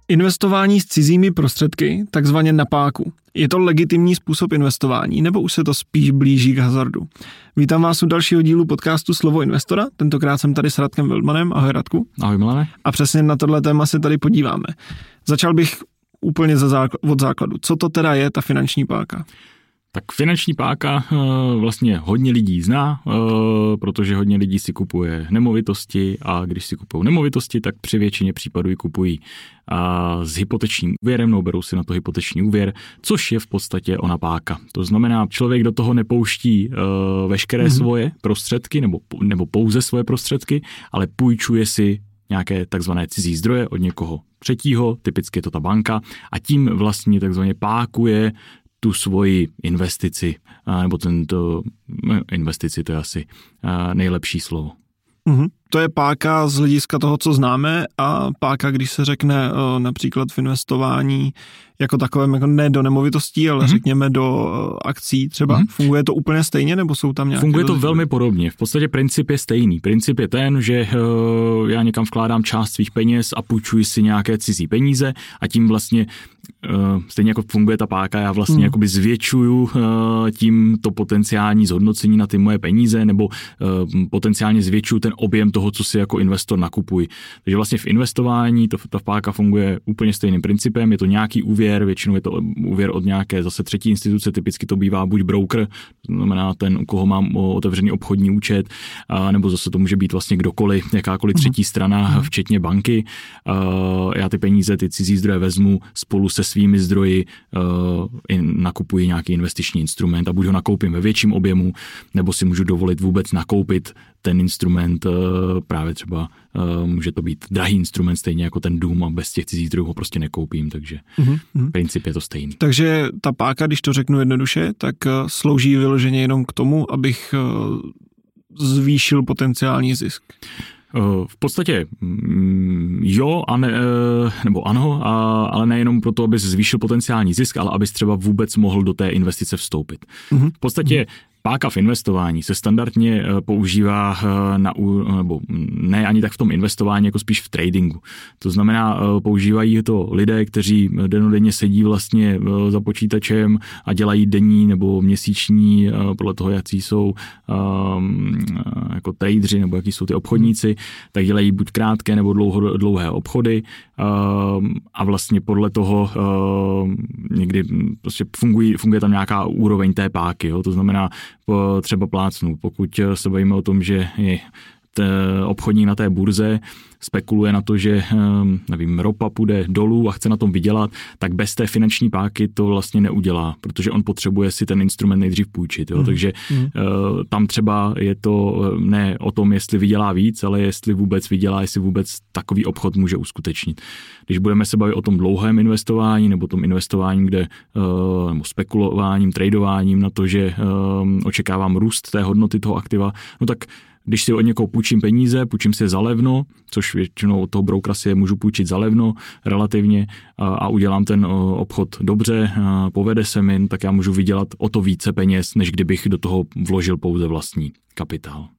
Investování s cizími prostředky, takzvaně na páku. Je to legitimní způsob investování, nebo už se to spíš blíží k hazardu? Vítám vás u dalšího dílu podcastu Slovo investora. Tentokrát jsem tady s Radkem Wildmanem. Ahoj Radku. Ahoj Milane. A přesně na tohle téma se tady podíváme. Začal bych úplně od základu. Co to teda je ta finanční páka? Tak finanční páka vlastně hodně lidí zná, protože hodně lidí si kupuje nemovitosti a když si kupují nemovitosti, tak při většině případů ji kupují s hypotečním úvěrem, no berou si na to hypoteční úvěr, což je v podstatě ona páka. To znamená, člověk do toho nepouští veškeré svoje prostředky nebo pouze svoje prostředky, ale půjčuje si nějaké takzvané cizí zdroje od někoho třetího, typicky je to ta banka, a tím vlastně takzvaně pákuje tu svoji investici, nebo investici, to je asi nejlepší slovo. To je páka z hlediska toho, co známe, a páka, když se řekne například v investování jako takovém, jako ne do nemovitostí, ale řekněme do akcí třeba. Funguje to úplně stejně, nebo jsou tam nějaké? Funguje to velmi podobně. V podstatě princip je stejný. Princip je ten, že já někam vkládám část svých peněz a půjčuji si nějaké cizí peníze a tím vlastně stejně jako funguje ta páka, já vlastně jakoby zvětšuju tím to potenciální zhodnocení na ty moje peníze, nebo potenciálně zvětšuju ten objem toho, co si jako investor nakupuji. Takže vlastně v investování ta páka funguje úplně stejným principem, je to nějaký úvěr, většinou je to úvěr od nějaké zase třetí instituce, typicky to bývá buď broker, to znamená ten, u koho mám otevřený obchodní účet, nebo zase to může být vlastně kdokoliv, jakákoliv třetí strana, včetně banky. Já ty peníze, ty cizí zdroje vezmu spolu se svými zdroji, nakupuji nějaký investiční instrument a buď ho nakoupím ve větším objemu, nebo si můžu dovolit vůbec nakoupit ten instrument, právě třeba může to být drahý instrument, stejně jako ten dům, a bez těch cizích zdrojů ho prostě nekoupím, takže princip je to stejný. Takže ta páka, když to řeknu jednoduše, tak slouží vyloženě jenom k tomu, abych zvýšil potenciální zisk. V podstatě jo, nebo ano, ale nejenom proto, abys zvýšil potenciální zisk, ale abys třeba vůbec mohl do té investice vstoupit. V podstatě páka v investování se standardně používá nebo ne ani tak v tom investování, jako spíš v tradingu. To znamená, používají to lidé, kteří dennodenně sedí vlastně za počítačem a dělají denní nebo měsíční, podle toho, jaký jsou jako tradeři nebo jaký jsou ty obchodníci, tak dělají buď krátké nebo dlouhé obchody a vlastně podle toho někdy prostě funguje tam nějaká úroveň té páky. Jo? To znamená, třeba plácnu. Pokud se bavíme o tom, že je obchodník na té burze spekuluje na to, že nevím, ropa půjde dolů a chce na tom vydělat, tak bez té finanční páky to vlastně neudělá, protože on potřebuje si ten instrument nejdřív půjčit. Jo? Takže tam třeba je to ne o tom, jestli vydělá víc, ale jestli vůbec vydělá, jestli vůbec takový obchod může uskutečnit. Když budeme se bavit o tom dlouhém investování nebo tom investování, nebo spekulováním, tradováním na to, že očekávám růst té hodnoty toho aktiva, no tak když si od někoho půjčím peníze, půjčím si je za levno, což většinou od toho brokera si je můžu půjčit za levno relativně a udělám ten obchod dobře, povede se mi, tak já můžu vydělat o to více peněz, než kdybych do toho vložil pouze vlastní kapitál.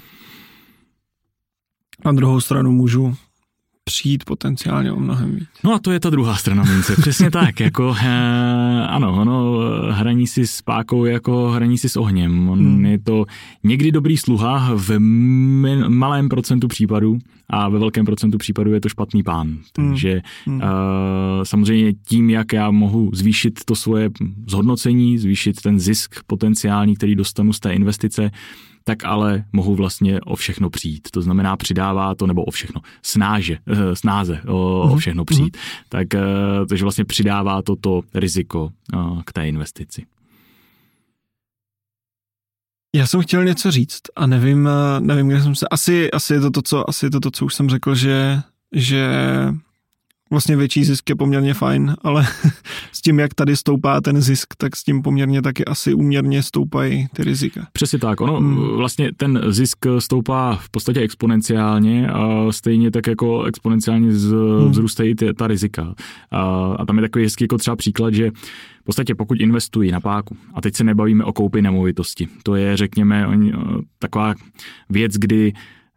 Na druhou stranu můžu přijít potenciálně o mnohem víc. No a to je ta druhá strana mince, přesně tak, jako ano, hraní si s pákou jako hraní si s ohněm. Je to někdy dobrý sluha, v malém procentu případů a ve velkém procentu případů je to špatný pán. Takže samozřejmě tím, jak já mohu zvýšit to svoje zhodnocení, zvýšit ten zisk potenciální, který dostanu z té investice, tak ale mohu vlastně o všechno přijít. To znamená, přidává to, nebo o všechno, snáze o všechno přijít. Takže vlastně přidává to riziko k té investici. Já jsem chtěl něco říct a nevím, kde jsem se... Asi je to to, co už jsem řekl, že vlastně větší zisk je poměrně fajn, ale s tím, jak tady stoupá ten zisk, tak s tím poměrně taky asi úměrně stoupají ty rizika. Přesně tak. Vlastně ten zisk stoupá v podstatě exponenciálně a stejně tak jako exponenciálně vzrůstají ta rizika. A tam je takový hezký jako třeba příklad, že v podstatě pokud investují na páku, a teď se nebavíme o koupi nemovitosti, to je, řekněme, taková věc, kdy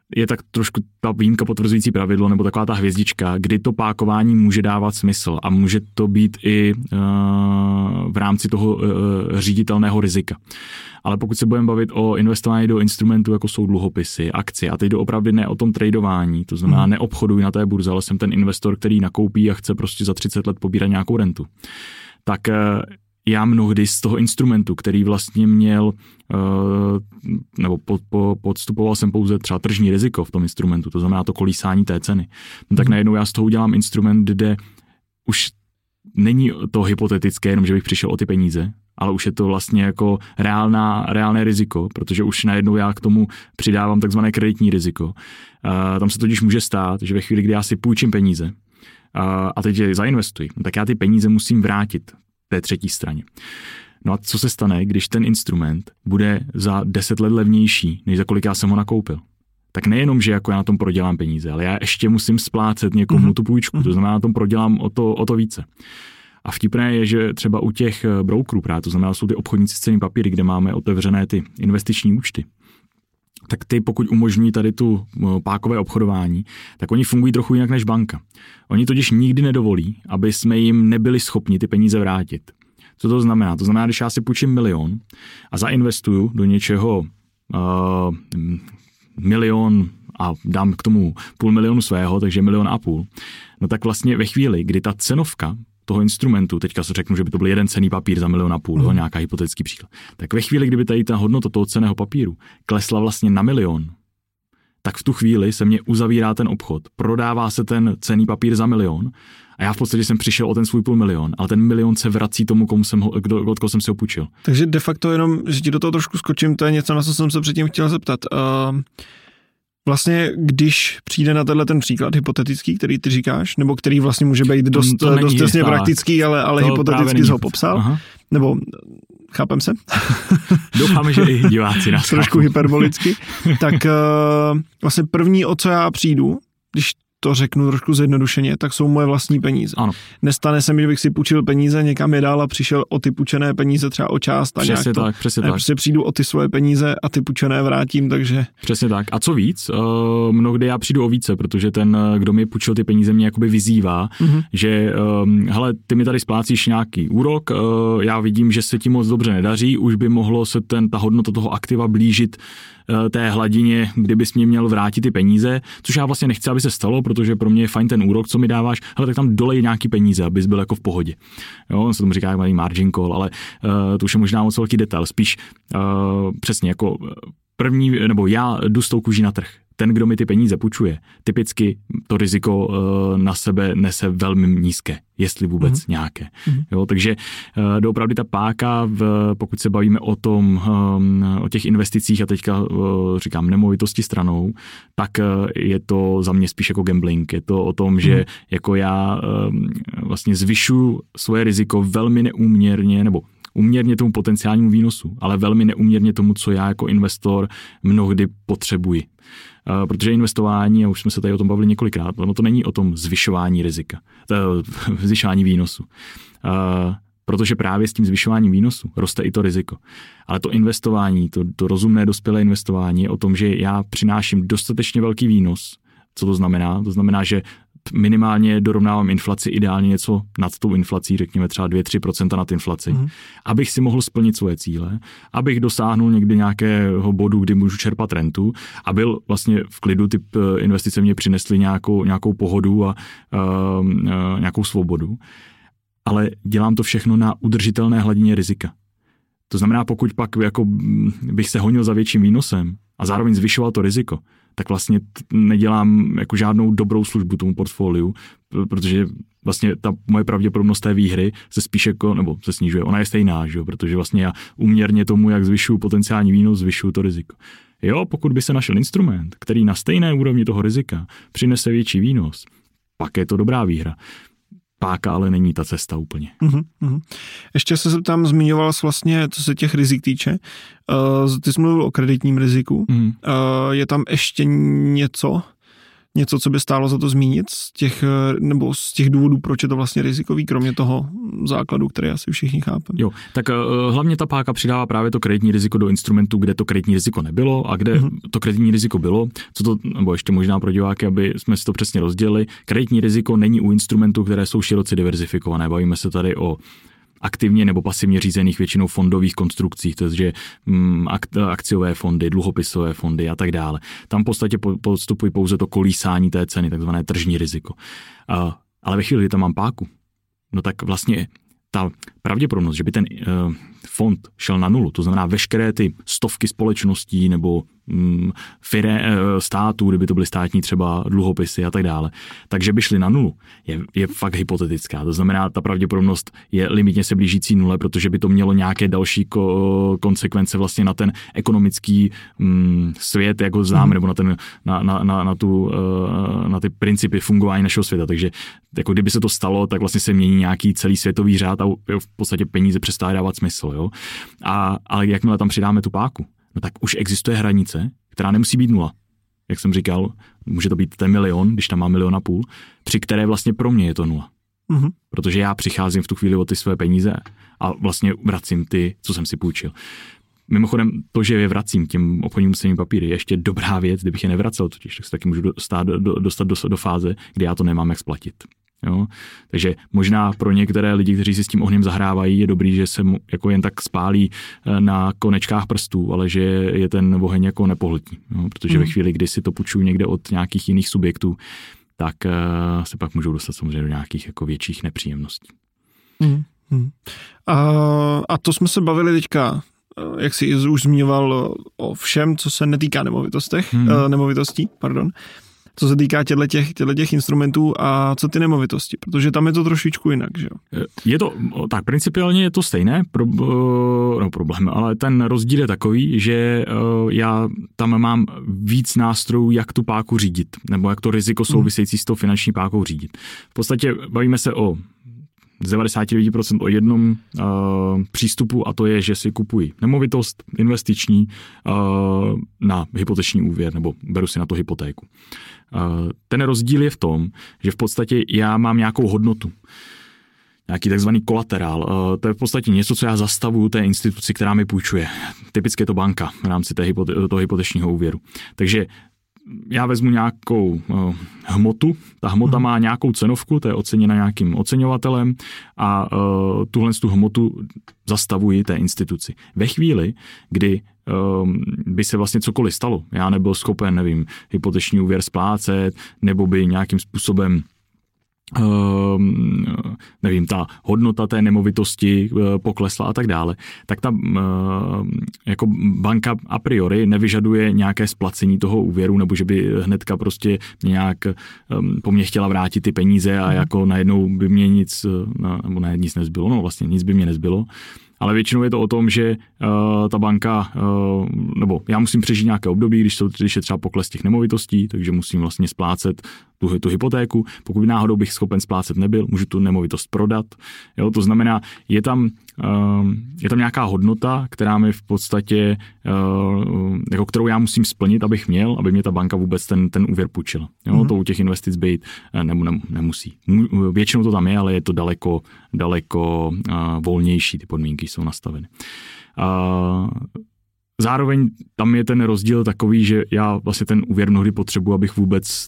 je tak trošku ta výjimka potvrzující pravidlo, nebo taková ta hvězdička, kdy to pákování může dávat smysl a může to být i v rámci toho říditelného rizika. Ale pokud se budeme bavit o investování do instrumentů, jako jsou dluhopisy, akcie, a teď opravdu ne o tom tradování, to znamená neobchoduji na té burze, ale jsem ten investor, který nakoupí a chce prostě za 30 let pobírat nějakou rentu, tak já mnohdy z toho instrumentu, který vlastně měl, nebo podstupoval jsem pouze třeba tržní riziko v tom instrumentu, to znamená to kolísání té ceny, tak najednou já z toho udělám instrument, kde už není to hypotetické, jenom že bych přišel o ty peníze, ale už je to vlastně jako reálné riziko, protože už najednou já k tomu přidávám takzvané kreditní riziko. Tam se totiž může stát, že ve chvíli, kdy já si půjčím peníze a teď je zainvestuji, tak já ty peníze musím vrátit té třetí straně. No a co se stane, když ten instrument bude za 10 let levnější, než za kolik já jsem ho nakoupil? Tak nejenom, že jako já na tom prodělám peníze, ale já ještě musím splácet někomu tu půjčku, to znamená, na tom prodělám o to více. A vtipné je, že třeba u těch brokerů, právě to znamená, jsou ty obchodníci s cennými papíry, kde máme otevřené ty investiční účty, tak ty, pokud umožňují tady tu pákové obchodování, tak oni fungují trochu jinak než banka. Oni totiž nikdy nedovolí, aby jsme jim nebyli schopni ty peníze vrátit. Co to znamená? To znamená, když já si půjčím 1 000 000 a zainvestuju do něčeho 1 000 000 a dám k tomu 500 000 svého, takže 1,5 milionu, no tak vlastně ve chvíli, kdy ta cenovka toho instrumentu, teďka se řeknu, že by to byl jeden cenný papír za 1,5 milionu, nějaká hypotetický příklad, tak ve chvíli, kdyby tady ta hodnota toho cenného papíru klesla vlastně na 1 milion, tak v tu chvíli se mě uzavírá ten obchod, prodává se ten cenný papír za 1 milion a já v podstatě jsem přišel o ten svůj 500 000, ale ten 1 milion se vrací tomu, od koho jsem si ho půjčil. Takže de facto jenom, že ti do toho trošku skočím, to je něco, na co jsem se předtím chtěl zeptat. Vlastně, když přijde na ten příklad hypotetický, který ty říkáš, nebo který vlastně může být dost jasně praktický, ale hypoteticky jsi ho popsal, aha. Nebo chápem se? Doufáme, že i diváci nás trošku hyperbolicky. Tak vlastně první, o co já přijdu, když to řeknu trošku zjednodušeně, tak jsou moje vlastní peníze. Ano. Nestane se mi, že bych si půjčil peníze, někam je dál a přišel o ty půjčené peníze třeba o část a přesně nějak to. Tak, přesně tak. Prostě přijdu o ty svoje peníze a ty půjčené vrátím, takže... Přesně tak. A co víc, mnohdy já přijdu o více, protože ten, kdo mi půjčil ty peníze, mě jakoby vyzývá, že hele, ty mi tady splácíš nějaký úrok, já vidím, že se ti moc dobře nedaří, už by mohlo se ta hodnota toho aktiva blížit té hladině, kdybys mě měl vrátit ty peníze, což já vlastně nechci, aby se stalo, protože pro mě je fajn ten úrok, co mi dáváš, ale tak tam dolej nějaký peníze, abys byl jako v pohodě. Jo, on se tomu říká malý margin call, ale to už je možná moc velký detail, spíš přesně jako první, nebo já jdu s tou kůží na trh. Ten, kdo mi ty peníze půjčuje, typicky to riziko na sebe nese velmi nízké, jestli vůbec nějaké. Jo, takže doopravdy ta páka, pokud se bavíme o těch investicích a teďka říkám nemovitosti stranou, tak je to za mě spíš jako gambling. Je to o tom, že jako já vlastně zvyšuju svoje riziko velmi neúměrně, nebo úměrně tomu potenciálnímu výnosu, ale velmi neúměrně tomu, co já jako investor mnohdy potřebuji. Protože investování, a už jsme se tady o tom bavili několikrát, ono to není o tom zvyšování rizika, zvyšování výnosu. Protože právě s tím zvyšováním výnosu roste i to riziko. Ale to investování, to rozumné dospělé investování je o tom, že já přináším dostatečně velký výnos. Co to znamená? To znamená, že minimálně dorovnávám inflaci, ideálně něco nad tou inflací, řekněme třeba 2-3% nad inflaci, abych si mohl splnit svoje cíle, abych dosáhnul někdy nějakého bodu, kdy můžu čerpat rentu a byl vlastně v klidu, ty investice mě přinesly nějakou pohodu a nějakou svobodu. Ale dělám to všechno na udržitelné hladině rizika. To znamená, pokud pak jako bych se honil za větším výnosem a zároveň zvyšoval to riziko, tak vlastně nedělám jako žádnou dobrou službu tomu portfoliu, protože vlastně ta moje pravděpodobnost té výhry se spíš jako, nebo se snižuje, ona je stejná, že jo? Protože vlastně já úměrně tomu, jak zvyšuju potenciální výnos, zvyšuju to riziko. Jo, pokud by se našel instrument, který na stejné úrovni toho rizika přinese větší výnos, pak je to dobrá výhra. Páka ale není ta cesta úplně. Ještě se tam zmiňoval vlastně, co se těch rizik týče. Ty jsi mluvil o kreditním riziku. Je tam ještě něco, něco, co by stálo za to zmínit nebo z těch důvodů, proč je to vlastně rizikový, kromě toho základu, který asi všichni chápeme? Jo, tak hlavně ta páka přidává právě to kreditní riziko do instrumentu, kde to kreditní riziko nebylo a kde to kreditní riziko bylo. Nebo ještě možná pro diváky, aby jsme si to přesně rozdělili. Kreditní riziko není u instrumentů, které jsou široce diverzifikované. Bavíme se tady o aktivně nebo pasivně řízených většinou fondových konstrukcích, takže akciové fondy, dluhopisové fondy a tak dále. Tam v podstatě postupují pouze to kolísání té ceny, takzvané tržní riziko. Ale ve chvíli, kdy tam mám páku, no tak vlastně ta pravděpodobnost, že by ten fond šel na nulu, to znamená veškeré ty stovky společností nebo států, kdyby to byly státní třeba dluhopisy a tak dále, takže by šly na nulu, je fakt hypotetická. To znamená, ta pravděpodobnost je limitně se blížící nule, protože by to mělo nějaké další konsekvence vlastně na ten ekonomický svět, jako známe, nebo na ty principy fungování našeho světa. Takže jako kdyby se to stalo, tak vlastně se mění nějaký celý světový řád a v podstatě peníze přestávají dávat smysl. Jo? Ale jakmile tam přidáme tu páku, no tak už existuje hranice, která nemusí být nula. Jak jsem říkal, může to být ten milion, když tam má 1,5 milionu, při které vlastně pro mě je to nula. Mm-hmm. Protože já přicházím v tu chvíli o ty své peníze a vlastně vracím ty, co jsem si půjčil. Mimochodem, to, že je vracím těm obchodním cenným papíry, je ještě dobrá věc, kdybych je nevracel, totiž tak se taky můžu dostat do fáze, kdy já to nemám jak splatit. Jo? Takže možná pro některé lidi, kteří si s tím ohněm zahrávají, je dobrý, že se jako jen tak spálí na konečkách prstů, ale že je ten oheň jako nepohltí. Jo? Protože ve chvíli, kdy si to půjčuju někde od nějakých jiných subjektů, tak se pak můžou dostat samozřejmě do nějakých jako větších nepříjemností. A to jsme se bavili teďka, jak jsi už zmiňoval, o všem, co se netýká nemovitostí, co se týká těch instrumentů a co ty nemovitosti, protože tam je to trošičku jinak, že jo? Je to, tak principiálně je to stejné problém, ale ten rozdíl je takový, že já tam mám víc nástrojů, jak tu páku řídit, nebo jak to riziko související s tou finanční pákou řídit. V podstatě bavíme se z 99% o jednom přístupu a to je, že si kupuji nemovitost investiční na hypoteční úvěr nebo beru si na to hypotéku. Ten rozdíl je v tom, že v podstatě já mám nějakou hodnotu, nějaký takzvaný kolaterál. To je v podstatě něco, co já zastavuju té instituci, která mi půjčuje. Typicky je to banka v rámci toho hypotečního úvěru. Takže já vezmu nějakou hmotu, ta hmota má nějakou cenovku, to je oceněna nějakým oceňovatelem a tuhle tu hmotu zastavuji té instituci. Ve chvíli, kdy by se vlastně cokoliv stalo, já nebyl schopen, hypoteční úvěr splácet, nebo by nějakým způsobem ta hodnota té nemovitosti poklesla a tak dále, tak ta jako banka a priori nevyžaduje nějaké splacení toho úvěru, nebo že by hnedka prostě nějak po mně chtěla vrátit ty peníze a jako najednou by mě nic nezbylo, no vlastně nic by mě nezbylo. Ale většinou je to o tom, že ta banka, nebo já musím přežít nějaké období, když je třeba pokles těch nemovitostí, takže musím vlastně splácet tu hypotéku. Pokud náhodou bych schopen splácet nebyl, můžu tu nemovitost prodat. Jo, to znamená, je tam nějaká hodnota, která mi v podstatě, jako kterou já musím splnit, abych měl, aby mě ta banka vůbec ten úvěr půjčila. Jo, to u těch investic být nemusí. Většinou to tam je, ale je to daleko volnější, ty podmínky jsou nastaveny. Zároveň tam je ten rozdíl takový, že já vlastně ten úvěr mnohdy potřebuji, abych vůbec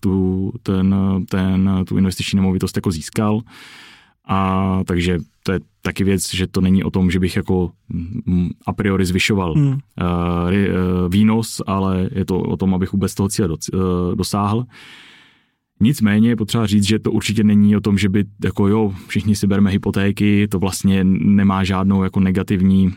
tu investiční nemovitost jako získal. A takže to je taky věc, že to není o tom, že bych jako a priori zvyšoval výnos, ale je to o tom, abych vůbec toho cíle dosáhl. Nicméně je potřeba říct, že to určitě není o tom, že by jako všichni si bereme hypotéky, to vlastně nemá žádnou jako negativní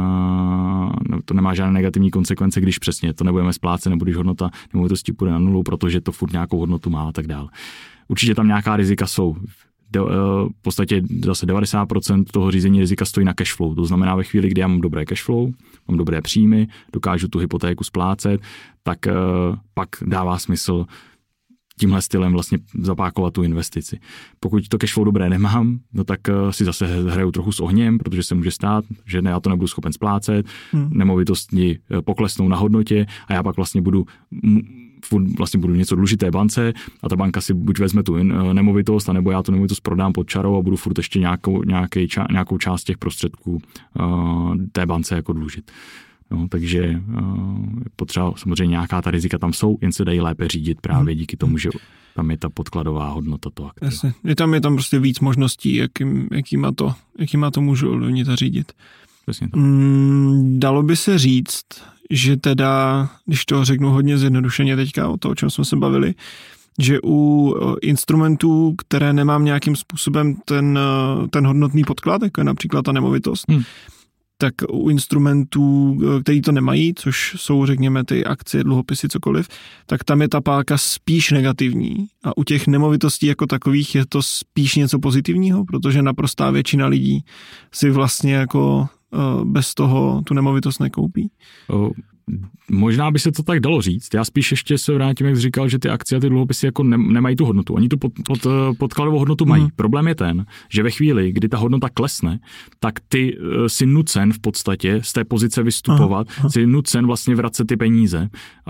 konsekvence, když přesně to nebudeme splácet, nebo když hodnota nemovitosti půjde na nulu, protože to furt nějakou hodnotu má a tak dále. Určitě tam nějaká rizika jsou. V podstatě zase 90% toho řízení rizika stojí na cash flow. To znamená, ve chvíli, kdy já mám dobré cash flow, mám dobré příjmy, dokážu tu hypotéku splácet, tak pak dává smysl tímhle stylem vlastně zapákovat tu investici. Pokud to cashflow dobré nemám, no tak si zase hraju trochu s ohněm, protože se může stát, že já to nebudu schopen splácet, nemovitosti poklesnou na hodnotě a já pak vlastně budu vlastně budu něco dlužit té bance a ta banka si buď vezme tu nemovitost, anebo já tu nemovitost prodám pod čarou a budu furt ještě nějakou část těch prostředků té bance jako dlužit. No, takže potřeba samozřejmě nějaká ta rizika tam jsou, jen se dají lépe řídit právě díky tomu, že tam je ta podkladová hodnota toho aktiva. Jasně. Je tam prostě víc možností, jakýma to můžu ovlivnit a řídit. Dalo by se říct, že teda, když to řeknu hodně zjednodušeně teďka o to, o čem jsme se bavili, že u instrumentů, které nemám nějakým způsobem ten hodnotný podklad, jako je například ta nemovitost, tak u instrumentů, který to nemají, což jsou, řekněme, ty akcie, dluhopisy, cokoliv, tak tam je ta páka spíš negativní. A u těch nemovitostí jako takových je to spíš něco pozitivního, protože naprostá většina lidí si vlastně jako bez toho tu nemovitost nekoupí. Možná by se to tak dalo říct. Já spíš ještě se vrátím, jak jsi říkal, že ty akcie a ty dluhopisy jako nemají tu hodnotu. Oni tu podkladovou hodnotu mají. Problém je ten, že ve chvíli, kdy ta hodnota klesne, tak ty si nucen v podstatě z té pozice vystupovat, si nucen vlastně vracet ty peníze,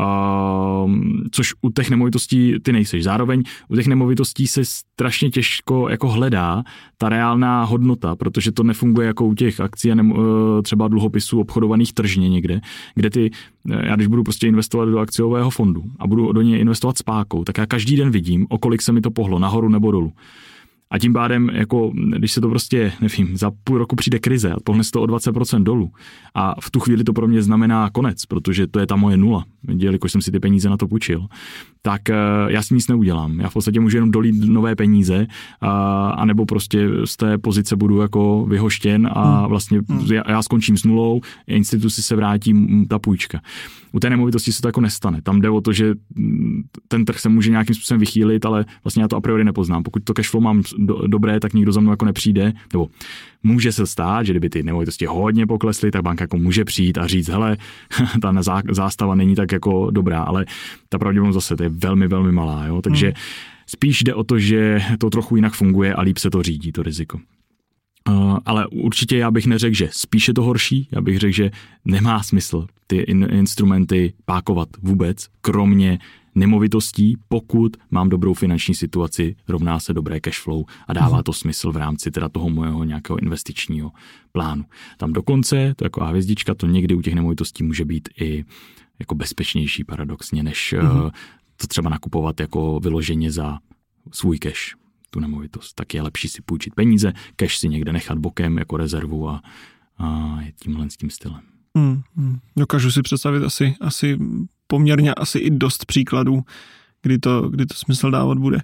což u těch nemovitostí ty nejseš. Zároveň u těch nemovitostí se strašně těžko jako hledá ta reálná hodnota, protože to nefunguje jako u těch akcí a třeba dluhopisů obchodovaných tržně někde, kde já když budu prostě investovat do akciového fondu a budu do něj investovat s pákou, tak já každý den vidím, o kolik se mi to pohlo, nahoru nebo dolů. A tím pádem, jako, když se to prostě, nevím, za půl roku přijde krize a pohne se to o 20% dolů a v tu chvíli to pro mě znamená konec, protože to je ta moje nula, jelikož jsem si ty peníze na to půjčil, tak já si nic neudělám. Já v podstatě můžu jenom dolít nové peníze anebo prostě z té pozice budu jako vyhoštěn a vlastně já skončím s nulou, instituci se vrátí ta půjčka. U té nemovitosti se to jako nestane. Tam jde o to, že ten trh se může nějakým způsobem vychýlit, ale vlastně já to a priori nepoznám. Pokud to cashflow mám dobré, tak nikdo za mnou jako nepřijde, nebo může se stát, že kdyby ty nemovitosti hodně poklesly, tak banka jako může přijít a říct, hele, ta zástava není tak jako dobrá, ale ta pravděpodobnost zase to je velmi, velmi malá, jo? Takže spíš jde o to, že to trochu jinak funguje a líp se to řídí, to riziko. Ale určitě já bych neřekl, že spíš je to horší, já bych řekl, že nemá smysl ty instrumenty pákovat vůbec, kromě nemovitostí, pokud mám dobrou finanční situaci, rovná se dobré cashflow a dává to smysl v rámci teda toho mojeho nějakého investičního plánu. Tam dokonce, to jako hvězdička, to někdy u těch nemovitostí může být i jako bezpečnější paradoxně, než to třeba nakupovat jako vyloženě za svůj cash, tu nemovitost. Tak je lepší si půjčit peníze, cash si někde nechat bokem jako rezervu a je tímhle s tím stylem. Dokážu si představit asi poměrně i dost příkladů, kdy to smysl dávat bude.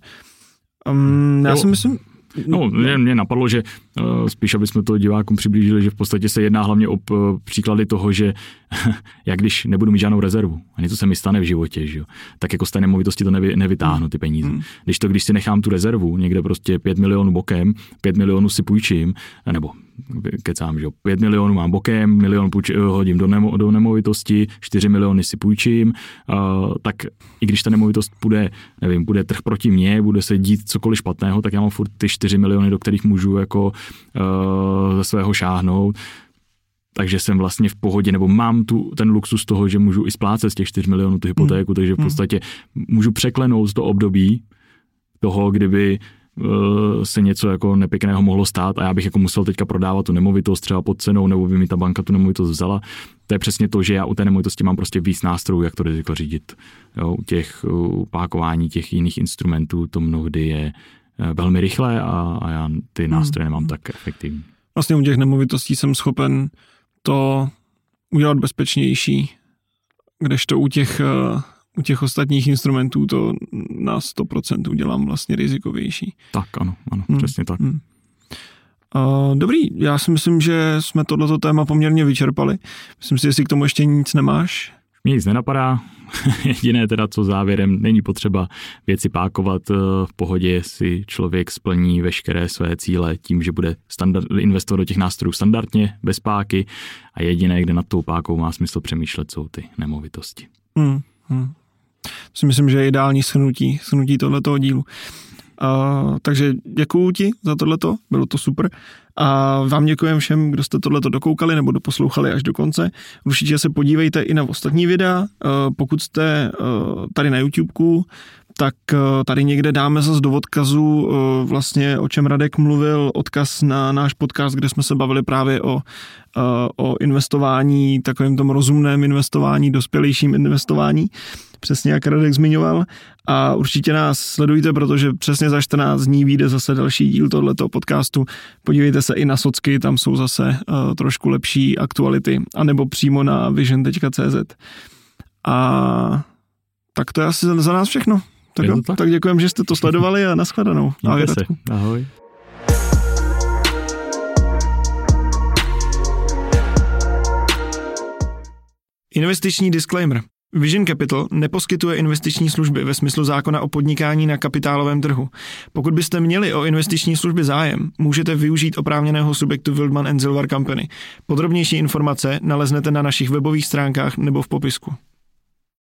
Já si myslím... No, mě napadlo, že spíš, aby jsme to divákům přiblížili, že v podstatě se jedná hlavně o příklady toho, že jak když nebudu mít žádnou rezervu, a něco se mi stane v životě, že jo, tak jako z té nemovitosti to nevytáhnu ty peníze. Když si nechám tu rezervu, někde prostě 5 milionů bokem, 5 milionů si půjčím, nebo kecám, že jo, 5 milionů mám bokem, milion hodím do nemovitosti, 4 miliony si půjčím, tak i když ta nemovitost bude trh proti mně, bude se dít cokoliv špatného, tak já mám furt ty 4 miliony, do kterých můžu jako ze svého šáhnout. Takže jsem vlastně v pohodě, nebo mám ten luxus toho, že můžu i splácet z těch 4 milionů tu hypotéku, takže v podstatě můžu překlenout to období toho, kdyby se něco jako nepěkného mohlo stát a já bych jako musel teďka prodávat tu nemovitost třeba pod cenou, nebo by mi ta banka tu nemovitost vzala. To je přesně to, že já u té nemovitosti mám prostě víc nástrojů, jak to riziko řídit. Jo, u těch pákování těch jiných instrumentů to mnohdy je velmi rychlé a já ty nástroje nemám tak efektivní. Vlastně u těch nemovitostí jsem schopen to udělat bezpečnější, kdežto u těch ostatních instrumentů to na 100% udělám vlastně rizikovější. Tak, ano, přesně tak. Dobrý, já si myslím, že jsme tohleto téma poměrně vyčerpali. Myslím si, jestli k tomu ještě nic nemáš. Mě nic nenapadá. Jediné teda, co závěrem, není potřeba věci pákovat v pohodě, si člověk splní veškeré své cíle tím, že bude investovat do těch nástrojů standardně, bez páky a jediné, kde nad tou pákou má smysl přemýšlet, jsou ty nemovitosti. Si myslím, že je ideální shrnutí tohletoho dílu. Takže děkuju ti za tohleto, bylo to super. A vám děkujem všem, kdo jste tohleto dokoukali nebo doposlouchali až do konce. Určitě se podívejte i na ostatní videa. Pokud jste tady na YouTubeku, tak tady někde dáme zase do odkazu vlastně, o čem Radek mluvil, odkaz na náš podcast, kde jsme se bavili právě o investování, takovým tom rozumném investování, dospělejším investování, přesně jak Radek zmiňoval. A určitě nás sledujte, protože přesně za 14 dní vyjde zase další díl tohletoho podcastu. Podívejte se i na socky, tam jsou zase trošku lepší aktuality, anebo přímo na vision.cz. A tak to je asi za nás všechno. Tak děkujem, že jste to sledovali a nashledanou. Ahoj, Radku. Ahoj. Investiční disclaimer. Vision Capital neposkytuje investiční služby ve smyslu zákona o podnikání na kapitálovém trhu. Pokud byste měli o investiční služby zájem, můžete využít oprávněného subjektu Wildman & Silver Company. Podrobnější informace naleznete na našich webových stránkách nebo v popisku.